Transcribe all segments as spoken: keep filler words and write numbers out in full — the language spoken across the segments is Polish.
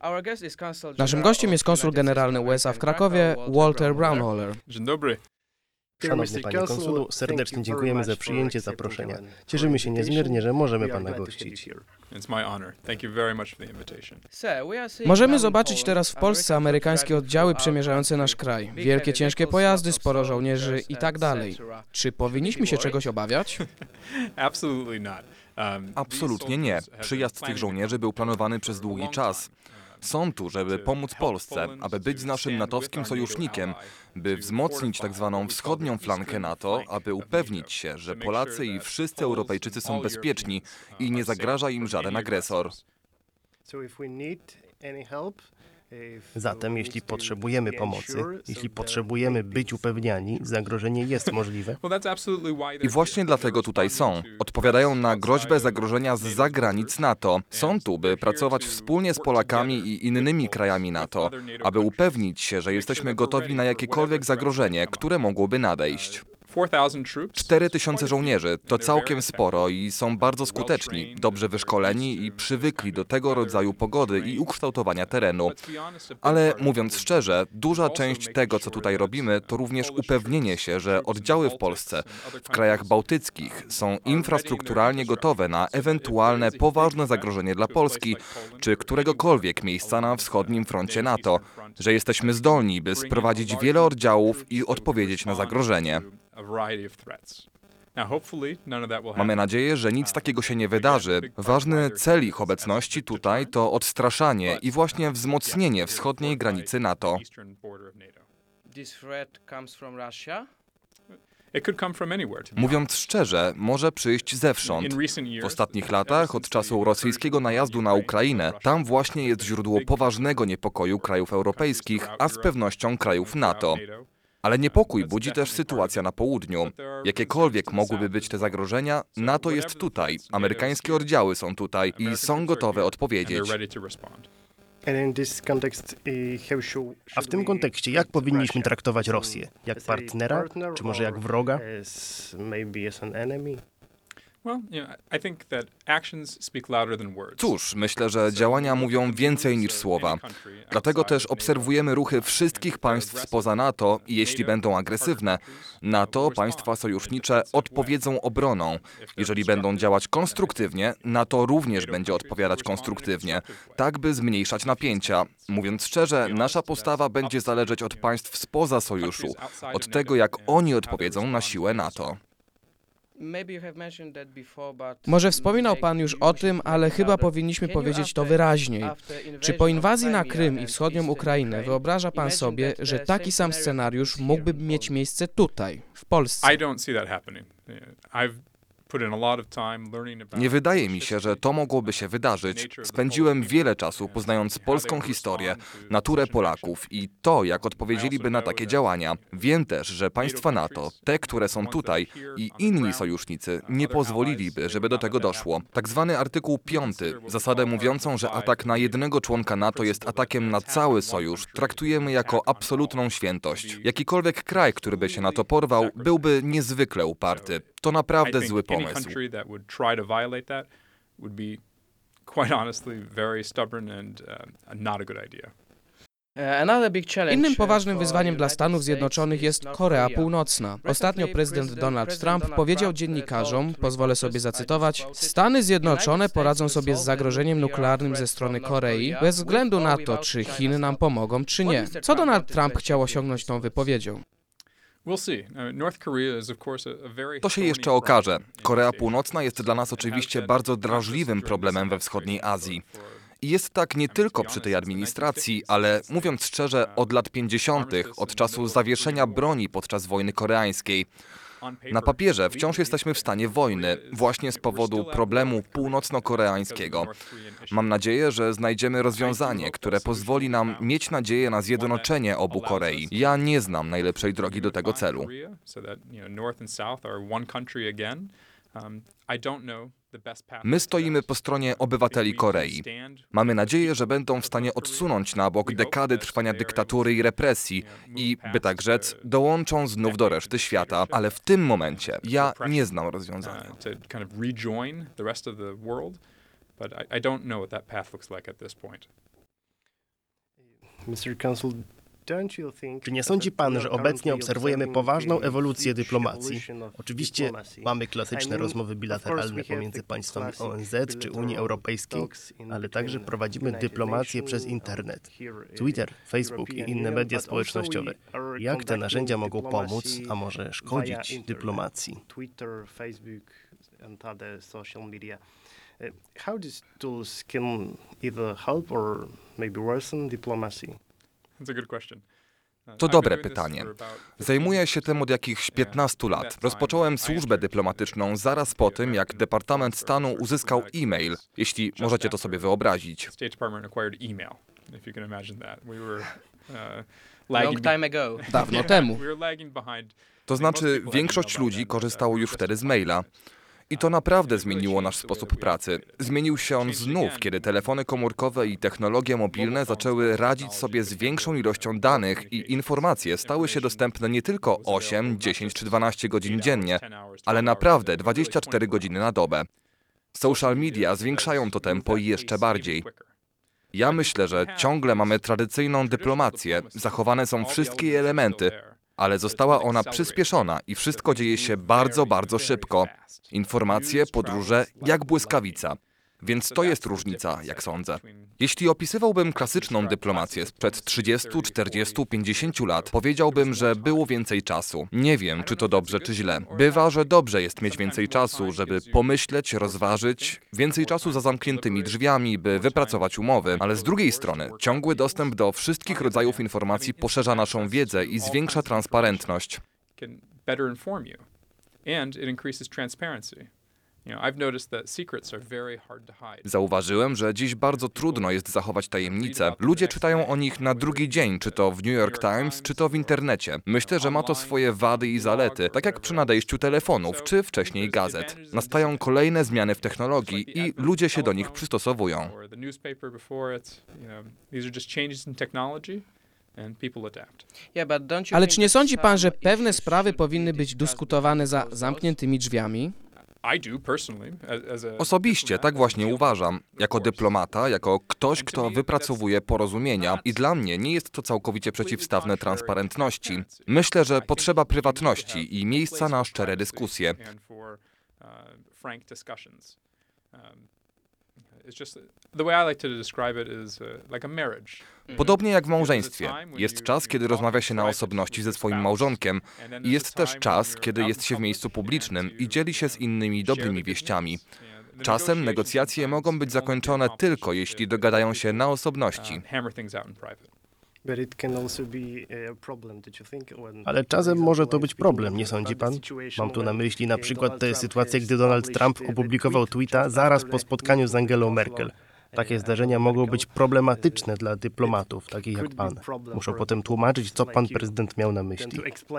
Naszym gościem jest konsul generalny U S A w Krakowie, Walter Braunholer. Dzień dobry. Szanowny Panie Konsulu, serdecznie dziękujemy za przyjęcie zaproszenia. Cieszymy się niezmiernie, że możemy Pana gościć. Możemy zobaczyć teraz w Polsce amerykańskie oddziały przemierzające nasz kraj, wielkie ciężkie pojazdy, sporo żołnierzy i tak dalej. Czy powinniśmy się czegoś obawiać? Absolutnie nie. Przyjazd tych żołnierzy był planowany przez długi czas. Są tu, żeby pomóc Polsce, aby być z naszym natowskim sojusznikiem, by wzmocnić tak zwaną wschodnią flankę NATO, aby upewnić się, że Polacy i wszyscy Europejczycy są bezpieczni i nie zagraża im żaden agresor. Zatem, jeśli potrzebujemy pomocy, jeśli potrzebujemy być upewniani, zagrożenie jest możliwe. I właśnie dlatego tutaj są. Odpowiadają na groźbę zagrożenia z zagranic NATO. Są tu, by pracować wspólnie z Polakami i innymi krajami NATO, aby upewnić się, że jesteśmy gotowi na jakiekolwiek zagrożenie, które mogłoby nadejść. Cztery tysiące żołnierzy to całkiem sporo i są bardzo skuteczni, dobrze wyszkoleni i przywykli do tego rodzaju pogody i ukształtowania terenu. Ale mówiąc szczerze, duża część tego, co tutaj robimy, to również upewnienie się, że oddziały w Polsce, w krajach bałtyckich są infrastrukturalnie gotowe na ewentualne poważne zagrożenie dla Polski czy któregokolwiek miejsca na wschodnim froncie NATO, że jesteśmy zdolni, by sprowadzić wiele oddziałów i odpowiedzieć na zagrożenie. Mamy nadzieję, że nic takiego się nie wydarzy. Ważny cel ich obecności tutaj to odstraszanie i właśnie wzmocnienie wschodniej granicy NATO. Mówiąc szczerze, może przyjść zewsząd. W ostatnich latach, od czasu rosyjskiego najazdu na Ukrainę, tam właśnie jest źródło poważnego niepokoju krajów europejskich, a z pewnością krajów NATO. Ale niepokój budzi też sytuacja na południu. Jakiekolwiek mogłyby być te zagrożenia, NATO jest tutaj, amerykańskie oddziały są tutaj i są gotowe odpowiedzieć. A w tym kontekście, jak powinniśmy traktować Rosję? Jak partnera, czy może jak wroga? Cóż, myślę, że działania mówią więcej niż słowa. Dlatego też obserwujemy ruchy wszystkich państw spoza NATO i jeśli będą agresywne, NATO, państwa sojusznicze odpowiedzą obroną. Jeżeli będą działać konstruktywnie, NATO również będzie odpowiadać konstruktywnie, tak by zmniejszać napięcia. Mówiąc szczerze, nasza postawa będzie zależeć od państw spoza sojuszu, od tego, jak oni odpowiedzą na siłę NATO. Może wspominał Pan już o tym, ale chyba powinniśmy powiedzieć to wyraźniej. Czy po inwazji na Krym i wschodnią Ukrainę wyobraża Pan sobie, że taki sam scenariusz mógłby mieć miejsce tutaj, w Polsce? Nie wydaje mi się, że to mogłoby się wydarzyć. Spędziłem wiele czasu poznając polską historię, naturę Polaków i to, jak odpowiedzieliby na takie działania. Wiem też, że państwa NATO, te, które są tutaj i inni sojusznicy, nie pozwoliliby, żeby do tego doszło. Tak zwany artykuł piąty, zasadę mówiącą, że atak na jednego członka NATO jest atakiem na cały sojusz, traktujemy jako absolutną świętość. Jakikolwiek kraj, który by się na to porwał, byłby niezwykle uparty. To naprawdę zły pomysł. Innym poważnym wyzwaniem dla Stanów Zjednoczonych jest Korea Północna. Ostatnio prezydent Donald Trump powiedział dziennikarzom, pozwolę sobie zacytować, Stany Zjednoczone poradzą sobie z zagrożeniem nuklearnym ze strony Korei, bez względu na to, czy Chiny nam pomogą, czy nie. Co Donald Trump chciał osiągnąć tą wypowiedzią? To się jeszcze okaże. Korea Północna jest dla nas oczywiście bardzo drażliwym problemem we wschodniej Azji. I jest tak nie tylko przy tej administracji, ale mówiąc szczerze, od lat pięćdziesiątych, od czasu zawieszenia broni podczas wojny koreańskiej. Na papierze wciąż jesteśmy w stanie wojny, właśnie z powodu problemu północno-koreańskiego. Mam nadzieję, że znajdziemy rozwiązanie, które pozwoli nam mieć nadzieję na zjednoczenie obu Korei. Ja nie znam najlepszej drogi do tego celu. My stoimy po stronie obywateli Korei. Mamy nadzieję, że będą w stanie odsunąć na bok dekady trwania dyktatury i represji i, by tak rzec, dołączą znów do reszty świata, ale w tym momencie ja nie znam rozwiązania. Czy nie sądzi pan, że obecnie obserwujemy poważną ewolucję dyplomacji? Oczywiście mamy klasyczne rozmowy bilateralne pomiędzy państwami O N Z czy Unii Europejskiej, ale także prowadzimy dyplomację przez internet. Twitter, Facebook i inne media społecznościowe. Jak te narzędzia mogą pomóc, a może szkodzić dyplomacji? How these tools can either help or maybe worsen diplomacy? That's a good question. To dobre pytanie. Zajmuję się tym od jakichś piętnastu lat. Rozpocząłem służbę dyplomatyczną zaraz po tym, jak Departament Stanu uzyskał e-mail, jeśli możecie to sobie wyobrazić. Long time ago. Dawno temu. To znaczy, większość ludzi korzystało już wtedy z maila. I to naprawdę zmieniło nasz sposób pracy. Zmienił się on znów, kiedy telefony komórkowe i technologie mobilne zaczęły radzić sobie z większą ilością danych i informacje stały się dostępne nie tylko osiem, dziesięć czy dwanaście godzin dziennie, ale naprawdę dwadzieścia cztery godziny na dobę. Social media zwiększają to tempo jeszcze bardziej. Ja myślę, że ciągle mamy tradycyjną dyplomację, zachowane są wszystkie jej elementy, ale została ona przyspieszona i wszystko dzieje się bardzo, bardzo szybko. Informacje, podróże, jak błyskawica. Więc to jest różnica, jak sądzę. Jeśli opisywałbym klasyczną dyplomację sprzed trzydziestu, czterdziestu, pięćdziesięciu lat, powiedziałbym, że było więcej czasu. Nie wiem, czy to dobrze, czy źle. Bywa, że dobrze jest mieć więcej czasu, żeby pomyśleć, rozważyć, więcej czasu za zamkniętymi drzwiami, by wypracować umowy, ale z drugiej strony ciągły dostęp do wszystkich rodzajów informacji poszerza naszą wiedzę i zwiększa transparentność. Zauważyłem, że dziś bardzo trudno jest zachować tajemnicę. Ludzie czytają o nich na drugi dzień, czy to w New York Times, czy to w internecie. Myślę, że ma to swoje wady i zalety, tak jak przy nadejściu telefonów, czy wcześniej gazet. Nastają kolejne zmiany w technologii i ludzie się do nich przystosowują. Ale czy nie sądzi pan, że pewne sprawy powinny być dyskutowane za zamkniętymi drzwiami? Osobiście tak właśnie uważam. Jako dyplomata, jako ktoś, kto wypracowuje porozumienia. I dla mnie nie jest to całkowicie przeciwstawne transparentności. Myślę, że potrzeba prywatności i miejsca na szczere dyskusje. Podobnie jak w małżeństwie. Jest czas, kiedy rozmawia się na osobności ze swoim małżonkiem i jest też czas, kiedy jest się w miejscu publicznym i dzieli się z innymi dobrymi wieściami. Czasem negocjacje mogą być zakończone tylko, jeśli dogadają się na osobności. Ale czasem może to być problem, nie sądzi pan? Mam tu na myśli na przykład tę sytuację, gdy Donald Trump opublikował tweeta zaraz po spotkaniu z Angelą Merkel. Takie zdarzenia mogą być problematyczne dla dyplomatów, takich jak pan. Muszą potem tłumaczyć, co pan prezydent miał na myśli.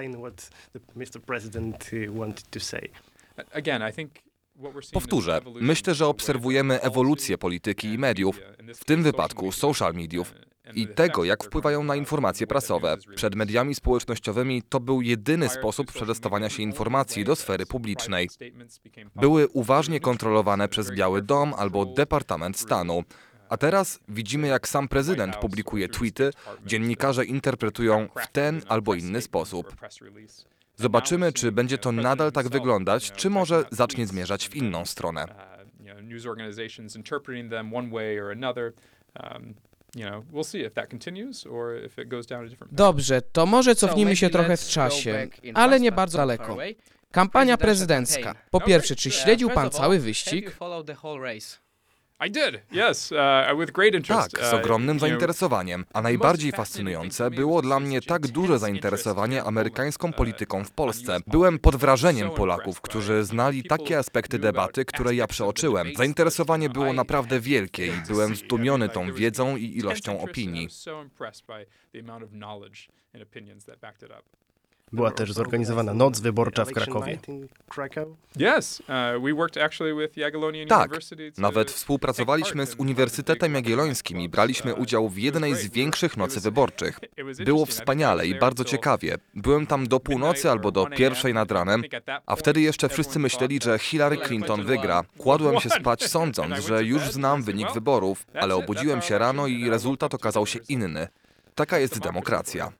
Powtórzę, myślę, że obserwujemy ewolucję polityki i mediów, w tym wypadku social mediów, i tego, jak wpływają na informacje prasowe. Przed mediami społecznościowymi to był jedyny sposób przedostawania się informacji do sfery publicznej. Były uważnie kontrolowane przez Biały Dom albo Departament Stanu. A teraz widzimy, jak sam prezydent publikuje tweety, dziennikarze interpretują w ten albo inny sposób. Zobaczymy, czy będzie to nadal tak wyglądać, czy może zacznie zmierzać w inną stronę. Dobrze, to może cofnijmy się trochę w czasie, ale nie bardzo daleko. Kampania prezydencka. Po pierwsze, czy śledził pan cały wyścig? Tak, z ogromnym zainteresowaniem. A najbardziej fascynujące było dla mnie tak duże zainteresowanie amerykańską polityką w Polsce. Byłem pod wrażeniem Polaków, którzy znali takie aspekty debaty, które ja przeoczyłem. Zainteresowanie było naprawdę wielkie i byłem zdumiony tą wiedzą i ilością opinii. Była też zorganizowana noc wyborcza w Krakowie. Tak, nawet współpracowaliśmy z Uniwersytetem Jagiellońskim i braliśmy udział w jednej z większych nocy wyborczych. Było wspaniale i bardzo ciekawie. Byłem tam do północy albo do pierwszej nad ranem, a wtedy jeszcze wszyscy myśleli, że Hillary Clinton wygra. Kładłem się spać sądząc, że już znam wynik wyborów, ale obudziłem się rano i rezultat okazał się inny. Taka jest demokracja.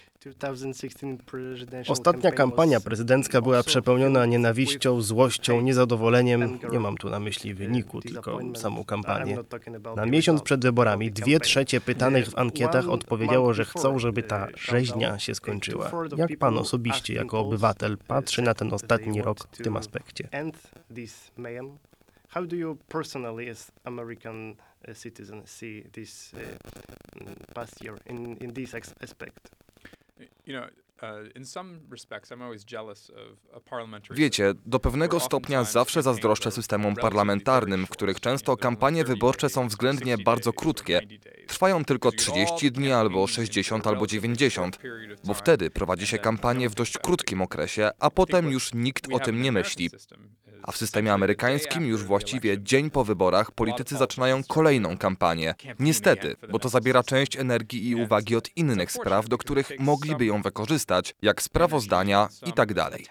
Ostatnia kampania prezydencka była przepełniona nienawiścią, złością, niezadowoleniem. Nie mam tu na myśli wyniku, tylko samą kampanię. Na miesiąc przed wyborami dwie trzecie pytanych w ankietach odpowiedziało, że chcą, żeby ta rzeźnia się skończyła. Jak pan osobiście, jako obywatel, patrzy na ten ostatni rok w tym aspekcie? How do you personally, as American citizen, see this uh, past year in, in this aspect? Wiecie, do pewnego stopnia zawsze zazdroszczę systemom parlamentarnym, w których często kampanie wyborcze są względnie bardzo krótkie. Trwają tylko trzydzieści dni, albo sześćdziesiąt, albo dziewięćdziesiąt, bo wtedy prowadzi się kampanię w dość krótkim okresie, a potem już nikt o tym nie myśli. A w systemie amerykańskim już właściwie dzień po wyborach politycy zaczynają kolejną kampanię. Niestety, bo to zabiera część energii i uwagi od innych spraw, do których mogliby ją wykorzystać, jak sprawozdania i tak dalej.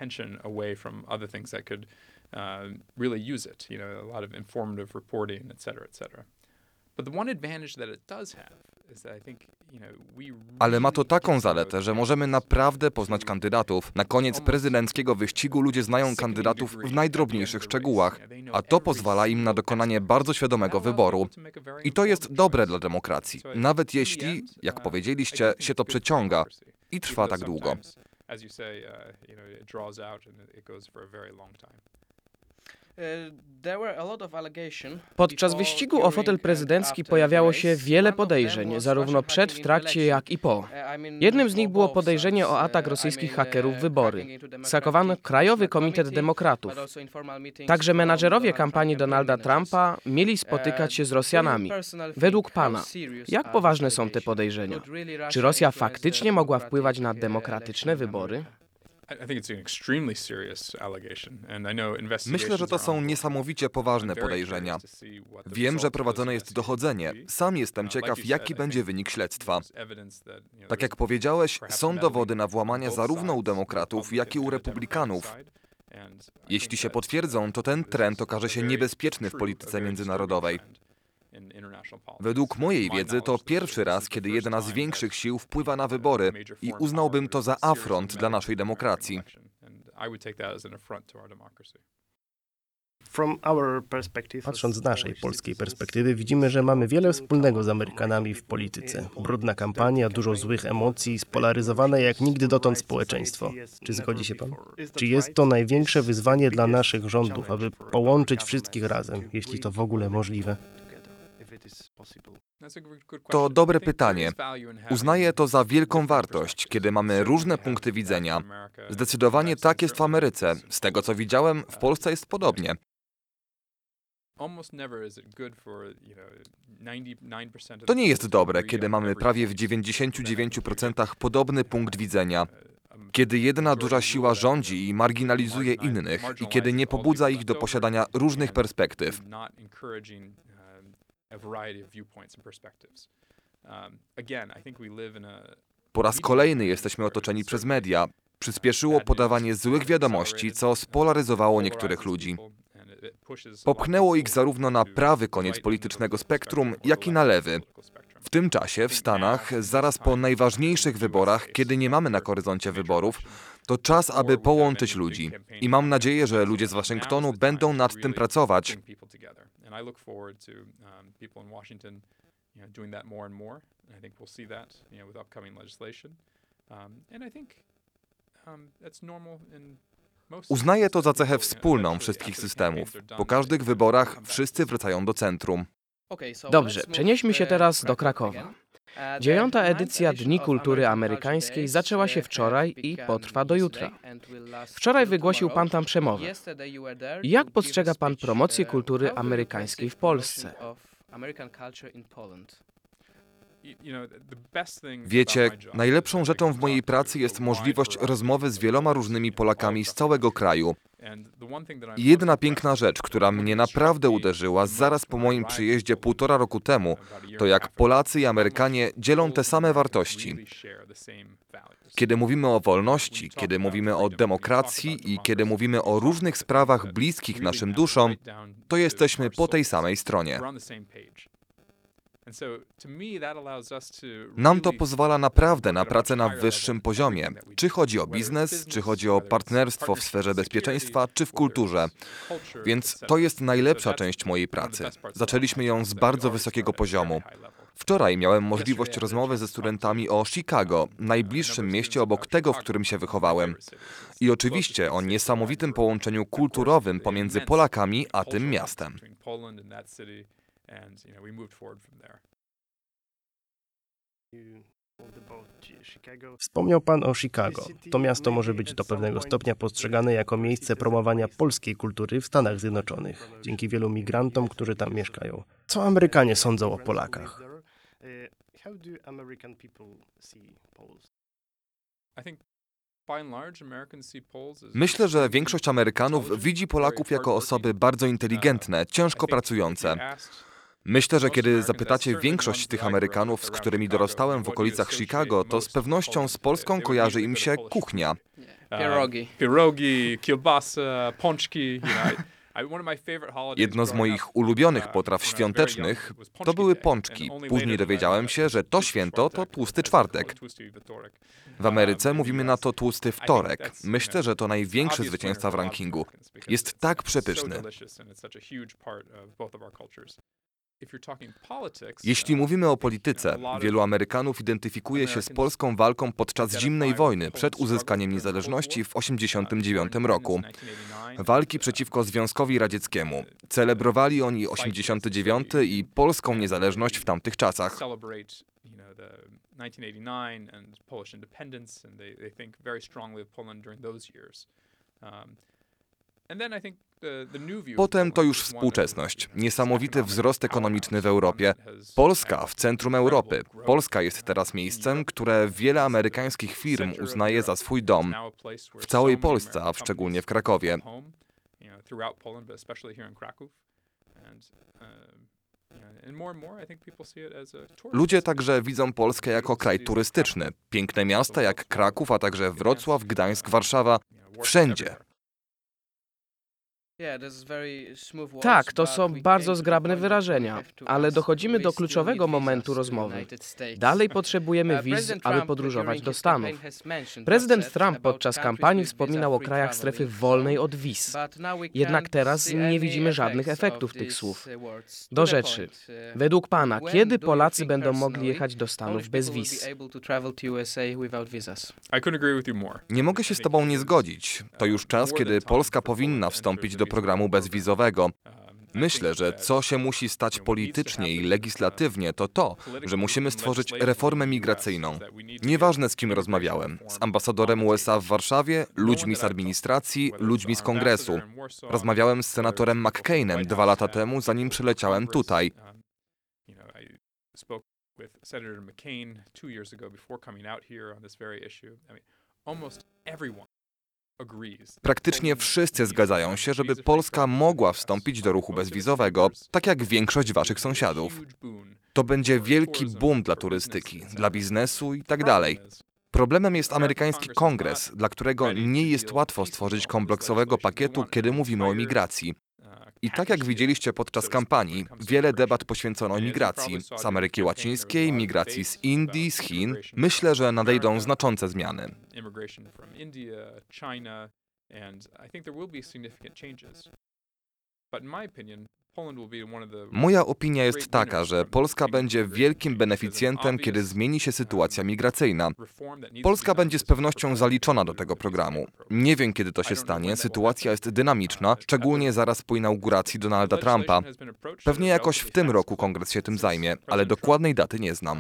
Ale ma to taką zaletę, że możemy naprawdę poznać kandydatów. Na koniec prezydenckiego wyścigu ludzie znają kandydatów w najdrobniejszych szczegółach, a to pozwala im na dokonanie bardzo świadomego wyboru. I to jest dobre dla demokracji, nawet jeśli, jak powiedzieliście, się to przeciąga i trwa tak długo. Podczas wyścigu o fotel prezydencki pojawiało się wiele podejrzeń, zarówno przed, w trakcie, jak i po. Jednym z nich było podejrzenie o atak rosyjskich hakerów w wybory. Zhakowano Krajowy Komitet Demokratów. Także menadżerowie kampanii Donalda Trumpa mieli spotykać się z Rosjanami. Według pana, jak poważne są te podejrzenia? Czy Rosja faktycznie mogła wpływać na demokratyczne wybory? Myślę, że to są niesamowicie poważne podejrzenia. Wiem, że prowadzone jest dochodzenie. Sam jestem ciekaw, jaki będzie wynik śledztwa. Tak jak powiedziałeś, są dowody na włamania zarówno u demokratów, jak i u republikanów. Jeśli się potwierdzą, to ten trend okaże się niebezpieczny w polityce międzynarodowej. Według mojej wiedzy to pierwszy raz, kiedy jedna z większych sił wpływa na wybory i uznałbym to za afront dla naszej demokracji. Patrząc z naszej polskiej perspektywy, widzimy, że mamy wiele wspólnego z Amerykanami w polityce. Brudna kampania, dużo złych emocji, spolaryzowane jak nigdy dotąd społeczeństwo. Czy zgodzi się pan? Czy jest to największe wyzwanie dla naszych rządów, aby połączyć wszystkich razem, jeśli to w ogóle możliwe? To dobre pytanie. Uznaję to za wielką wartość, kiedy mamy różne punkty widzenia. Zdecydowanie tak jest w Ameryce. Z tego, co widziałem, w Polsce jest podobnie. To nie jest dobre, kiedy mamy prawie w dziewięćdziesięciu dziewięciu procentach podobny punkt widzenia. Kiedy jedna duża siła rządzi i marginalizuje innych i kiedy nie pobudza ich do posiadania różnych perspektyw. Po raz kolejny jesteśmy otoczeni przez media. Przyspieszyło podawanie złych wiadomości, co spolaryzowało niektórych ludzi. Popchnęło ich zarówno na prawy koniec politycznego spektrum, jak i na lewy. W tym czasie w Stanach, zaraz po najważniejszych wyborach, kiedy nie mamy na horyzoncie wyborów, to czas, aby połączyć ludzi. I mam nadzieję, że ludzie z Waszyngtonu będą nad tym pracować. Uznaję to za cechę wspólną wszystkich systemów. Po każdych wyborach wszyscy wracają do centrum. Dobrze, przenieśmy się teraz do Krakowa. Dziewiąta edycja Dni Kultury Amerykańskiej zaczęła się wczoraj i potrwa do jutra. Wczoraj wygłosił pan tam przemowę. Jak postrzega pan promocję kultury amerykańskiej w Polsce? Wiecie, najlepszą rzeczą w mojej pracy jest możliwość rozmowy z wieloma różnymi Polakami z całego kraju. I jedna piękna rzecz, która mnie naprawdę uderzyła zaraz po moim przyjeździe półtora roku temu, to jak Polacy i Amerykanie dzielą te same wartości. Kiedy mówimy o wolności, kiedy mówimy o demokracji i kiedy mówimy o różnych sprawach bliskich naszym duszom, to jesteśmy po tej samej stronie. Nam to pozwala naprawdę na pracę na wyższym poziomie. Czy chodzi o biznes, czy chodzi o partnerstwo w sferze bezpieczeństwa, czy w kulturze. Więc to jest najlepsza część mojej pracy. Zaczęliśmy ją z bardzo wysokiego poziomu. Wczoraj miałem możliwość rozmowy ze studentami o Chicago, najbliższym mieście obok tego, w którym się wychowałem. I oczywiście o niesamowitym połączeniu kulturowym pomiędzy Polakami a tym miastem. Wspomniał pan o Chicago. To miasto może być do pewnego stopnia postrzegane jako miejsce promowania polskiej kultury w Stanach Zjednoczonych, dzięki wielu migrantom, którzy tam mieszkają. Co Amerykanie sądzą o Polakach? Myślę, że większość Amerykanów widzi Polaków jako osoby bardzo inteligentne, ciężko pracujące. Myślę, że kiedy zapytacie większość tych Amerykanów, z którymi dorastałem w okolicach Chicago, to z pewnością z Polską kojarzy im się kuchnia. Pierogi. Pierogi, kielbasa, pączki. Jedno z moich ulubionych potraw świątecznych to były pączki. Później dowiedziałem się, że to święto to tłusty czwartek. W Ameryce mówimy na to tłusty wtorek. Myślę, że to największy zwycięzca w rankingu. Jest tak przepyszny. Jeśli mówimy o polityce, wielu Amerykanów identyfikuje się z polską walką podczas zimnej wojny przed uzyskaniem niezależności w osiemdziesiątym dziewiątym roku. Walki przeciwko Związkowi Radzieckiemu. Celebrowali oni osiemdziesiąty dziewiąty i polską niezależność w tamtych czasach. Potem to już współczesność. Niesamowity wzrost ekonomiczny w Europie. Polska w centrum Europy. Polska jest teraz miejscem, które wiele amerykańskich firm uznaje za swój dom. W całej Polsce, a szczególnie w Krakowie. Ludzie także widzą Polskę jako kraj turystyczny. Piękne miasta jak Kraków, a także Wrocław, Gdańsk, Warszawa. Wszędzie. Tak, to są bardzo zgrabne wyrażenia, ale dochodzimy do kluczowego momentu rozmowy. Dalej potrzebujemy wiz, aby podróżować do Stanów. Prezydent Trump podczas kampanii wspominał o krajach strefy wolnej od wiz. Jednak teraz nie widzimy żadnych efektów tych słów. Do rzeczy. Według pana, kiedy Polacy będą mogli jechać do Stanów bez wiz? Nie mogę się z tobą nie zgodzić. To już czas, kiedy Polska powinna wstąpić do programu bezwizowego. Myślę, że co się musi stać politycznie i legislatywnie, to to, że musimy stworzyć reformę migracyjną. Nieważne, z kim rozmawiałem. Z ambasadorem U S A w Warszawie, ludźmi z administracji, ludźmi z kongresu. Rozmawiałem z senatorem McCainem dwa lata temu, zanim przyleciałem tutaj. Praktycznie wszyscy zgadzają się, żeby Polska mogła wstąpić do ruchu bezwizowego, tak jak większość waszych sąsiadów. To będzie wielki boom dla turystyki, dla biznesu i tak dalej. Problemem jest amerykański kongres, dla którego nie jest łatwo stworzyć kompleksowego pakietu, kiedy mówimy o migracji. I tak jak widzieliście podczas kampanii, wiele debat poświęcono migracji z Ameryki Łacińskiej, migracji z Indii, z Chin. Myślę, że nadejdą znaczące zmiany. Moja opinia jest taka, że Polska będzie wielkim beneficjentem, kiedy zmieni się sytuacja migracyjna. Polska będzie z pewnością zaliczona do tego programu. Nie wiem, kiedy to się stanie, sytuacja jest dynamiczna, szczególnie zaraz po inauguracji Donalda Trumpa. Pewnie jakoś w tym roku kongres się tym zajmie, ale dokładnej daty nie znam.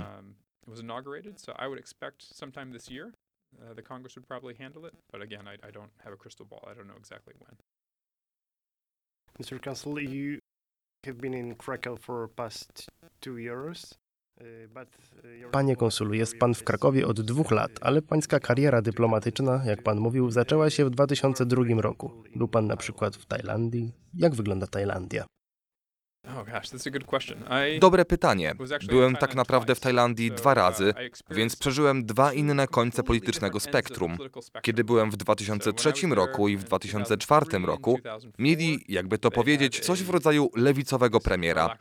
mister Kancel, you have been in Krakow for past two years. Panie konsulu, jest pan w Krakowie od dwóch lat, ale pańska kariera dyplomatyczna, jak pan mówił, zaczęła się w dwa tysiące drugim roku. Był pan na przykład w Tajlandii. Jak wygląda Tajlandia? Oh gosh, that's a good question. I Dobre pytanie. Byłem tak naprawdę w Tajlandii dwa razy, więc przeżyłem dwa inne końce politycznego spektrum. Kiedy byłem w dwa tysiące trzecim roku i w dwa tysiące czwartym roku, mieli, jakby to powiedzieć, coś w rodzaju lewicowego premiera.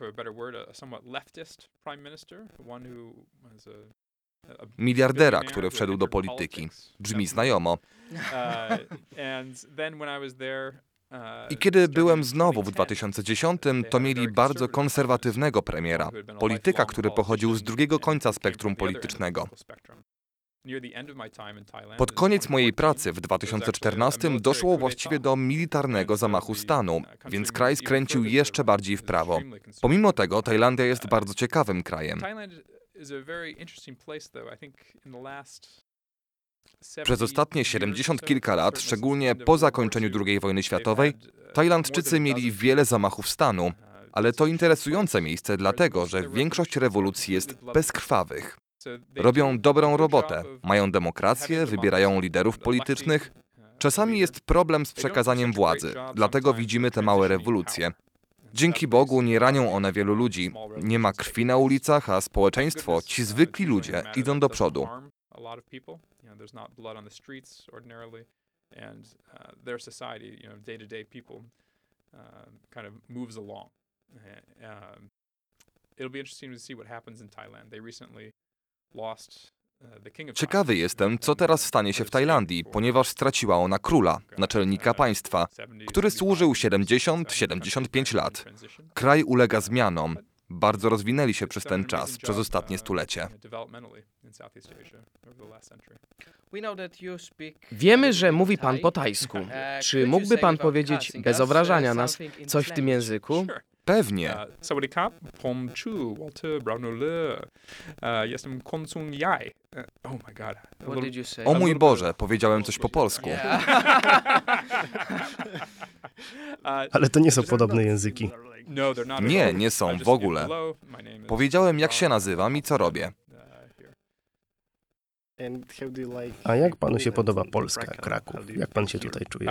Miliardera, który wszedł do polityki. Brzmi znajomo. I kiedy byłem znowu w dwa tysiące dziesiątym, to mieli bardzo konserwatywnego premiera, polityka, który pochodził z drugiego końca spektrum politycznego. Pod koniec mojej pracy w dwa tysiące czternastym doszło właściwie do militarnego zamachu stanu, więc kraj skręcił jeszcze bardziej w prawo. Pomimo tego Tajlandia jest bardzo ciekawym krajem. Przez ostatnie siedemdziesiąt kilka lat, szczególnie po zakończeniu drugiej wojny światowej, Tajlandczycy mieli wiele zamachów stanu, ale to interesujące miejsce dlatego, że większość rewolucji jest bezkrwawych. Robią dobrą robotę, mają demokrację, wybierają liderów politycznych. Czasami jest problem z przekazaniem władzy, dlatego widzimy te małe rewolucje. Dzięki Bogu nie ranią one wielu ludzi, nie ma krwi na ulicach, a społeczeństwo, ci zwykli ludzie, idą do przodu. There's not blood on the streets ordinarily, and uh, their society, you know, day-to-day people, uh, kind of moves along. Um, it'll be interesting to see what happens in Thailand. They recently lost uh, the king of Ciekawy jestem, co teraz stanie się w Tajlandii, ponieważ straciła ona króla, naczelnika państwa, który służył siedemdziesiąt do siedemdziesięciu pięciu lat. Kraj ulega zmianom. Bardzo rozwinęli się przez ten czas, przez ostatnie stulecie. Wiemy, że mówi pan po tajsku. Czy mógłby pan powiedzieć, bez obrażania nas, coś w tym języku? Pewnie. Sawadee-krap, Pom Chu, Walter Brownule. Jestem Konsung Jai. Oh my god. O mój Boże, powiedziałem coś po polsku. Ale to nie są podobne języki. Nie, nie są w ogóle. Powiedziałem, jak się nazywam i co robię. A jak panu się podoba Polska, Kraków? Jak pan się tutaj czuje?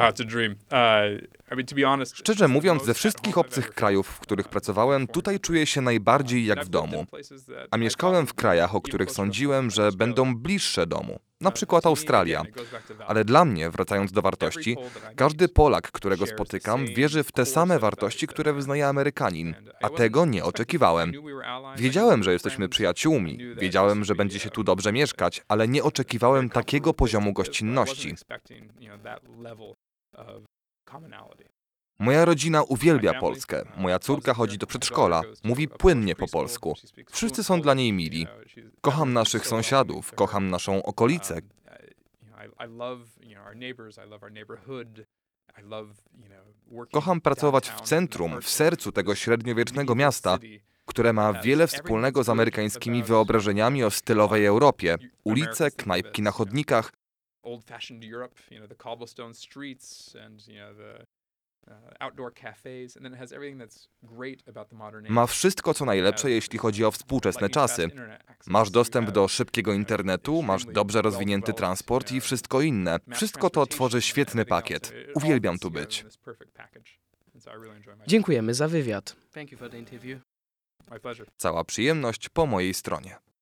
Szczerze mówiąc, ze wszystkich obcych krajów, w których pracowałem, tutaj czuję się najbardziej jak w domu. A mieszkałem w krajach, o których sądziłem, że będą bliższe domu. Na przykład Australia. Ale dla mnie, wracając do wartości, każdy Polak, którego spotykam, wierzy w te same wartości, które wyznaje Amerykanin. A tego nie oczekiwałem. Wiedziałem, że jesteśmy przyjaciółmi, wiedziałem, że będzie się tu dobrze mieszkać, ale nie oczekiwałem takiego poziomu gościnności. Moja rodzina uwielbia Polskę. Moja córka chodzi do przedszkola, mówi płynnie po polsku. Wszyscy są dla niej mili. Kocham naszych sąsiadów, kocham naszą okolicę. Kocham pracować w centrum, w sercu tego średniowiecznego miasta, które ma wiele wspólnego z amerykańskimi wyobrażeniami o stylowej Europie. Ulice, knajpki na chodnikach. Ma wszystko, co najlepsze, jeśli chodzi o współczesne czasy. Masz dostęp do szybkiego internetu, masz dobrze rozwinięty transport i wszystko inne. Wszystko to tworzy świetny pakiet. Uwielbiam tu być. Dziękujemy za wywiad. Cała przyjemność po mojej stronie.